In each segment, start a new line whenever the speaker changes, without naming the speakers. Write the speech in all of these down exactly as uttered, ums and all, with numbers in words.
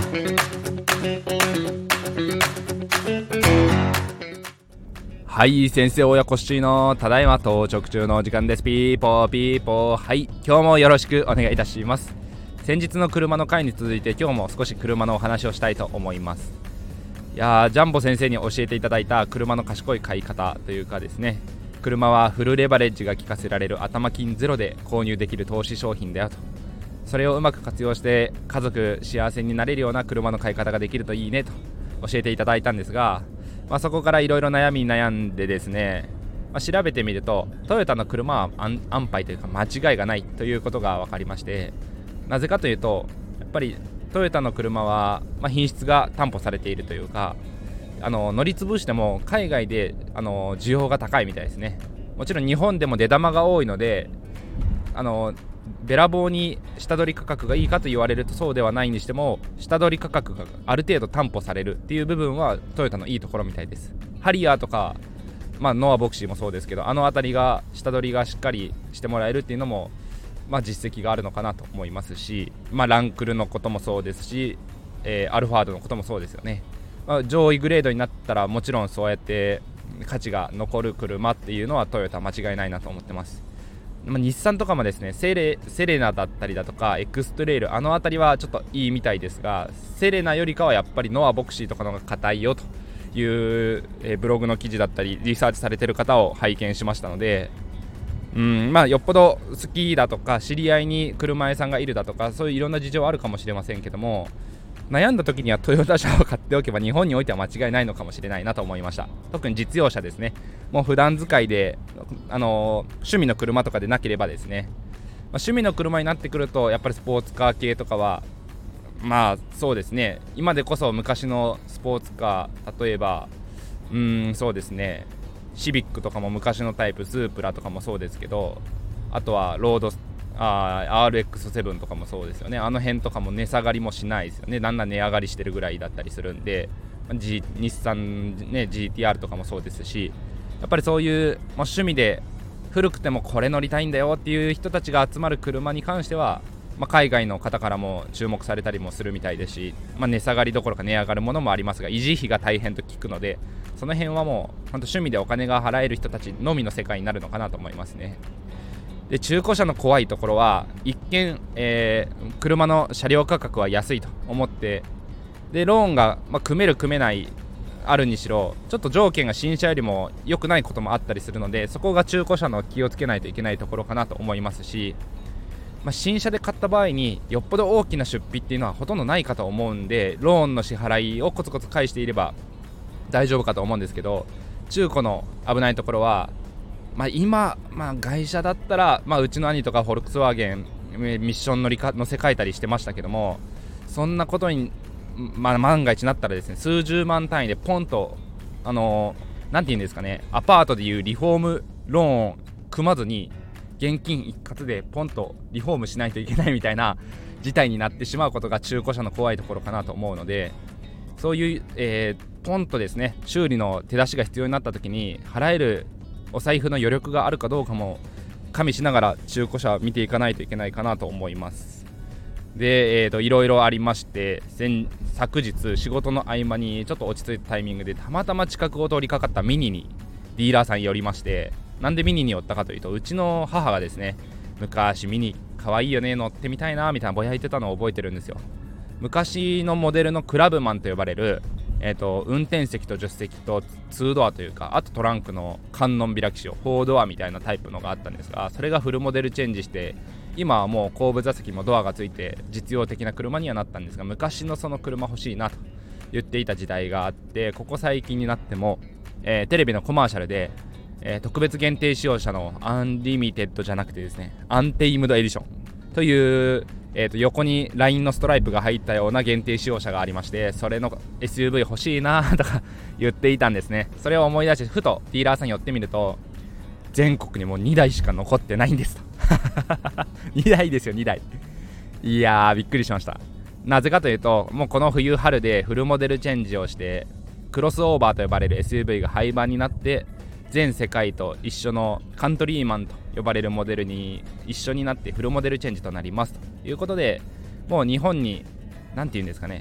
はい、先生親子シーのただいま到着中のお時間です。ピーポーピーポー。はい、今日もよろしくお願いいたします。先日の車の回に続いて今日も少し車のお話をしたいと思います。いやージャンボ先生に教えていただいた車の賢い買い方というかですね、車はフルレバレッジが効かせられる頭金ゼロで購入できる投資商品だよと、それをうまく活用して家族幸せになれるような車の買い方ができるといいねと教えていただいたんですが、まあ、そこからいろいろ悩み悩んでですね、まあ、調べてみるとトヨタの車は安, 安牌というか間違いがないということが分かりまして、なぜかというとやっぱりトヨタの車は、まあ、品質が担保されているというか、あの乗り潰しても海外であの需要が高いみたいですね。もちろん日本でも出玉が多いので、あのべらぼうに下取り価格がいいかと言われるとそうではないにしても、下取り価格がある程度担保されるっていう部分はトヨタのいいところみたいです。ハリアーとか、まあ、ノアボクシーもそうですけど、あの辺りが下取りがしっかりしてもらえるっていうのも、まあ、実績があるのかなと思いますし、まあ、ランクルのこともそうですし、えー、アルファードのこともそうですよね。まあ、上位グレードになったらもちろんそうやって価値が残る車っていうのはトヨタ間違いないなと思ってます。まあ、日産とかもですね、セレ、セレナだったりだとかエクストレイル、あの辺りはちょっといいみたいですが、セレナよりかはやっぱりノアボクシーとかの方が硬いよという、えー、ブログの記事だったりリサーチされてる方を拝見しましたので、うんまあよっぽど好きだとか知り合いに車屋さんがいるだとか、そういういろんな事情あるかもしれませんけども、悩んだ時にはトヨタ車を買っておけば日本においては間違いないのかもしれないなと思いました。特に実用車ですね。もう普段使いで、あのー、趣味の車とかでなければですね、まあ、趣味の車になってくるとやっぱりスポーツカー系とかはまあそうですね、今でこそ昔のスポーツカー、例えばうーんそうですね、シビックとかも昔のタイプ、スープラとかもそうですけど、あとはロードあ アールエックスセブン とかもそうですよね。あの辺とかも値下がりもしないですよね。だんだん値上がりしてるぐらいだったりするんで、G、日産、ね、ジーティーアール とかもそうですし、やっぱりそういう、まあ、趣味で古くてもこれ乗りたいんだよっていう人たちが集まる車に関しては、まあ、海外の方からも注目されたりもするみたいですし、まあ、値下がりどころか値上がるものもありますが、維持費が大変と聞くので、その辺はもう本当趣味でお金が払える人たちのみの世界になるのかなと思いますね。で中古車の怖いところは一見、えー、車の車両価格は安いと思って、でローンが、まあ、組める組めないあるにしろ、ちょっと条件が新車よりも良くないこともあったりするので、そこが中古車の気をつけないといけないところかなと思いますし、まあ、新車で買った場合によっぽど大きな出費っていうのはほとんどないかと思うんで、ローンの支払いをコツコツ返していれば大丈夫かと思うんですけど、中古の危ないところは、まあ、今、まあ、外車だったら、まあ、うちの兄とかフォルクスワーゲンミッション乗りか乗せ替えたりしてましたけども、そんなことに、まあ、万が一なったらですね、数十万単位でポンと、あのー、なんていうんですかね、アパートでいうリフォームローン組まずに現金一括でポンとリフォームしないといけないみたいな事態になってしまうことが中古車の怖いところかなと思うので、そういう、えー、ポンとですね、修理の手出しが必要になった時に払えるお財布の余力があるかどうかも加味しながら中古車を見ていかないといけないかなと思います。で、えーと、いろいろありまして、先昨日仕事の合間にちょっと落ち着いたタイミングでたまたま近くを通りかかったミニにディーラーさんに寄りまして、なんでミニに寄ったかというと、うちの母がですね、昔ミニ可愛いよね、乗ってみたいなみたいなぼやいてたのを覚えてるんですよ。昔のモデルのクラブマンと呼ばれる、えーと、運転席と助手席とツードアというか、あとトランクの観音開き仕様フォードアみたいなタイプのがあったんですが、それがフルモデルチェンジして今はもう後部座席もドアがついて実用的な車にはなったんですが、昔のその車欲しいなと言っていた時代があって、ここ最近になっても、えー、テレビのコマーシャルで、えー、特別限定使用車のアンリミテッドじゃなくてですね、アンテイムドエディションというえー、と横にラインのストライプが入ったような限定使用車がありまして、それの エスユーブイ 欲しいなとか言っていたんですね。それを思い出してふとディーラーさんに寄ってみると、全国にもにだいしか残ってないんですとにだいですよ、にだい。いやーびっくりしました。なぜかというと、もうこの冬春でフルモデルチェンジをしてクロスオーバーと呼ばれる エスユーブイ が廃盤になって、全世界と一緒のカントリーマンと呼ばれるモデルに一緒になってフルモデルチェンジとなりますということで、もう日本に何て言うんですかね、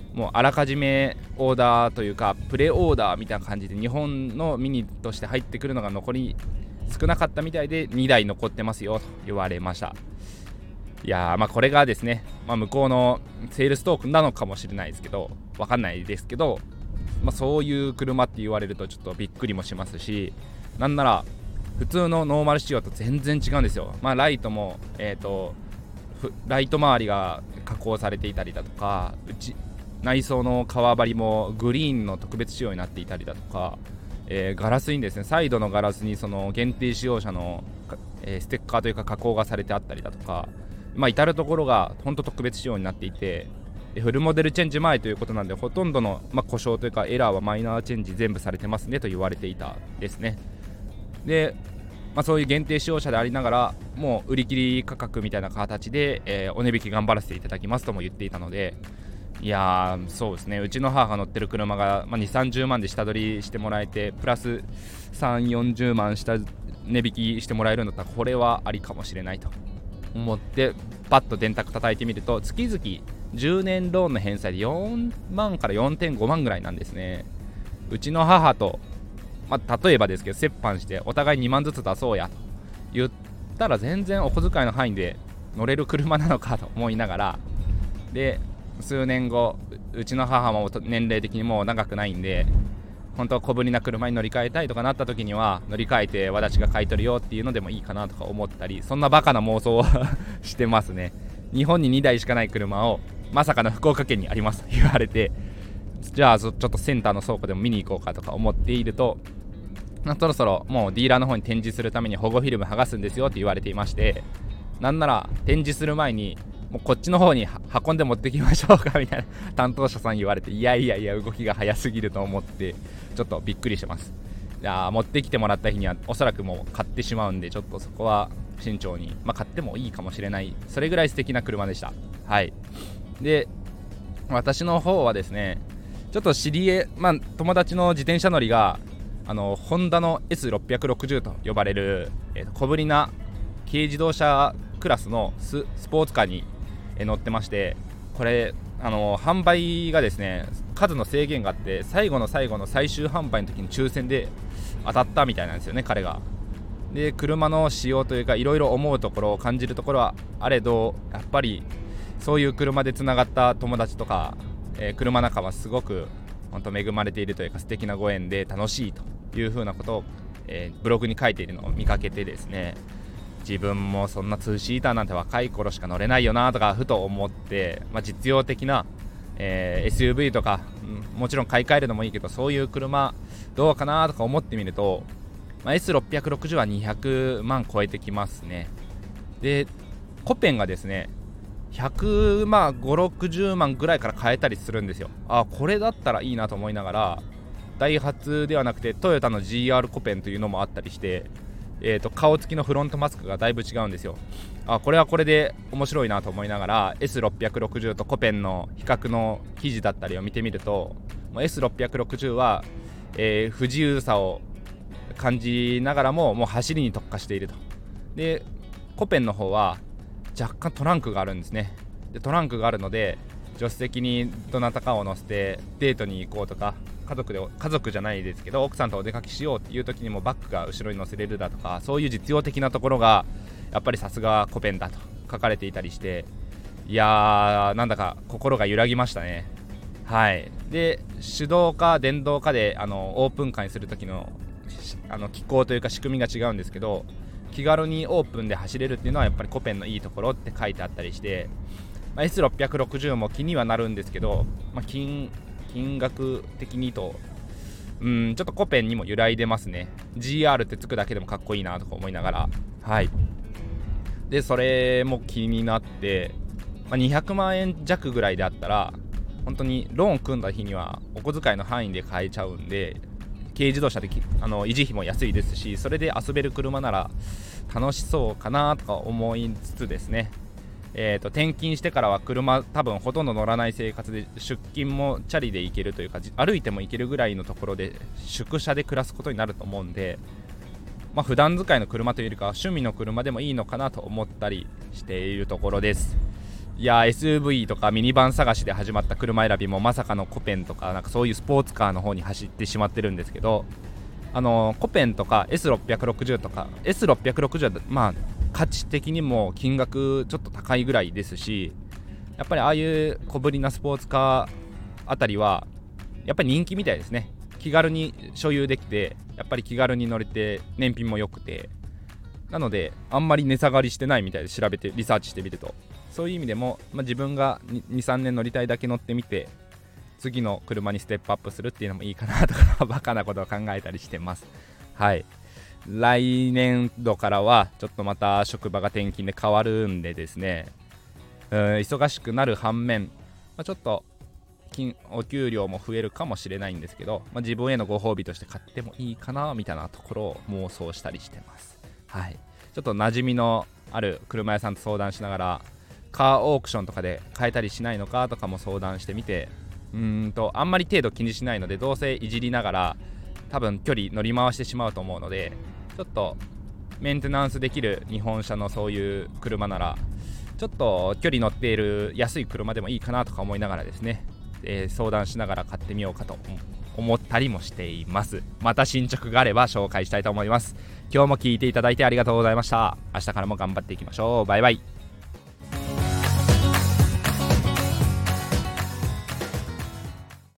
もうあらかじめオーダーというかプレオーダーみたいな感じで日本のミニとして入ってくるのが残り少なかったみたいでにだい残ってますよと言われました。いやーまあこれがですね、まあ、向こうのセールストークンなのかもしれないですけど、わかんないですけど、まあ、そういう車って言われるとちょっとびっくりもしますし、なんなら普通のノーマル仕様と全然違うんですよ。まあライトもえっとライト周りが加工されていたりだとか、うち内装の革張りもグリーンの特別仕様になっていたりだとか、えー、ガラスにですね、サイドのガラスにその限定使用者の、えー、ステッカーというか加工がされてあったりだとか、まあ至るところが本当特別仕様になっていて、フルモデルチェンジ前ということなんで、ほとんどの、まあ、故障というかエラーはマイナーチェンジ全部されてますねと言われていたですね。で、まあ、そういう限定使用者でありながらもう売り切り価格みたいな形で、えー、お値引き頑張らせていただきますとも言っていたので、いやーそうですね、うちの母が乗ってる車が、まあ、にじゅう、さんじゅうまんで下取りしてもらえてプラスさんじゅう、よんじゅうまん下値引きしてもらえるんだったらこれはありかもしれないと思ってパッと電卓叩いてみると、月々じゅうねんローンの返済でよんまんから よんてんごまんぐらいなんですね。うちの母と、まあ、例えばですけど折半してお互いにまんずつ出そうやと言ったら全然お小遣いの範囲で乗れる車なのかと思いながら、で数年後うちの母も年齢的にもう長くないんで、本当は小ぶりな車に乗り換えたいとかなった時には乗り換えて私が買い取るよっていうのでもいいかなとか思ったり、そんなバカな妄想をしてますね。日本ににだいしかない車をまさかの福岡県にありますと言われて、じゃあちょっとセンターの倉庫でも見に行こうかとか思っていると、そろそろもうディーラーの方に展示するために保護フィルム剥がすんですよって言われていまして、なんなら展示する前にもうこっちの方に運んで持ってきましょうかみたいな担当者さん言われて、いやいやいや動きが早すぎると思ってちょっとびっくりしてます。いや持ってきてもらった日にはおそらくもう買ってしまうんで、ちょっとそこは慎重に、まあ、買ってもいいかもしれない、それぐらい素敵な車でした。はい。で私の方はですね、ちょっと知り合い、まあ、友達の自転車乗りがあのホンダの エスろっぴゃくろくじゅう と呼ばれる、えー、小ぶりな軽自動車クラスの ス, スポーツカーに、えー、乗ってまして、これあの販売がですね数の制限があって、最後の最後の最終販売の時に抽選で当たったみたいなんですよね、彼が。で車の仕様というかいろいろ思うところを感じるところはあれど、やっぱりそういう車でつながった友達とか、えー、車仲間すごく本当恵まれているというか素敵なご縁で楽しいというふうなことを、えー、ブログに書いているのを見かけてですね、自分もそんなツーシーターなんて若い頃しか乗れないよなとかふと思って、まあ、実用的な、えー、エスユーブイ とか、うん、もちろん買い替えるのもいいけどそういう車どうかなとか思ってみると、まあ、エスろっぴゃくろくじゅう はにひゃくまん超えてきますね。でコペンがですねひゃくまんごじゅう、ろくじゅうまんぐらいから買えたりするんですよ。あ、これだったらいいなと思いながら、ダイハツではなくてトヨタの ジーアール コペンというのもあったりして、えーと顔つきのフロントマスクがだいぶ違うんですよ。あ、これはこれで面白いなと思いながら エスろっぴゃくろくじゅう とコペンの比較の記事だったりを見てみると、 エスろっぴゃくろくじゅう は、えー不自由さを感じながらももう走りに特化していると。でコペンの方は若干トランクがあるんですね。でトランクがあるので助手席にどなたかを乗せてデートに行こうとか、家族で家族じゃないですけど奥さんとお出かけしようっていう時にもバッグが後ろに乗せれるだとか、そういう実用的なところがやっぱりさすがコペンだと書かれていたりして、いやーなんだか心が揺らぎましたね。はい。で手動か電動かであのオープンカーにする時のあの機構というか仕組みが違うんですけど、気軽にオープンで走れるっていうのはやっぱりコペンのいいところって書いてあったりして、まあ、エスろっぴゃくろくじゅう も気にはなるんですけど、まあ、金, 金額的にとうんちょっとコペンにも揺らいでますね。 ジーアール ってつくだけでもかっこいいなとか思いながら、はい。でそれも気になって、まあ、にひゃくまんえん弱ぐらいであったら本当にローン組んだ日にはお小遣いの範囲で買えちゃうんで、軽自動車であの維持費も安いですし、それで遊べる車なら楽しそうかなとか思いつつですね、えーと転勤してからは車多分ほとんど乗らない生活で、出勤もチャリで行けるというか歩いても行けるぐらいのところで宿舎で暮らすことになると思うんで、まあ、普段使いの車というよりかは趣味の車でもいいのかなと思ったりしているところです。 いや エスユーブイ とかミニバン探しで始まった車選びもまさかのコペンとかなんかそういうスポーツカーの方に走ってしまってるんですけど、あのコペンとか エスろっぴゃくろくじゅう とか エスろっぴゃくろくじゅう はまあ価値的にも金額ちょっと高いぐらいですし、やっぱりああいう小ぶりなスポーツカーあたりはやっぱり人気みたいですね。気軽に所有できて、やっぱり気軽に乗れて燃費も良くて、なのであんまり値下がりしてないみたいで、調べてリサーチしてみるとそういう意味でも、まあ、自分が にさんねん乗りたいだけ乗ってみて次の車にステップアップするっていうのもいいかなとかバカなことを考えたりしてます。はい、来年度からはちょっとまた職場が転勤で変わるんでですね、うん、忙しくなる反面、まあ、ちょっと金お給料も増えるかもしれないんですけど、まあ、自分へのご褒美として買ってもいいかなみたいなところを妄想したりしてます。はい、ちょっと馴染みのある車屋さんと相談しながら、カーオークションとかで買えたりしないのかとかも相談してみて、うーんとあんまり程度気にしないので、どうせいじりながら多分距離乗り回してしまうと思うので、ちょっとメンテナンスできる日本車のそういう車ならちょっと距離乗っている安い車でもいいかなとか思いながらですね、えー、相談しながら買ってみようかと思ったりもしています。また進捗があれば紹介したいと思います。今日も聞いていただいてありがとうございました。明日からも頑張っていきましょう。バイバイ。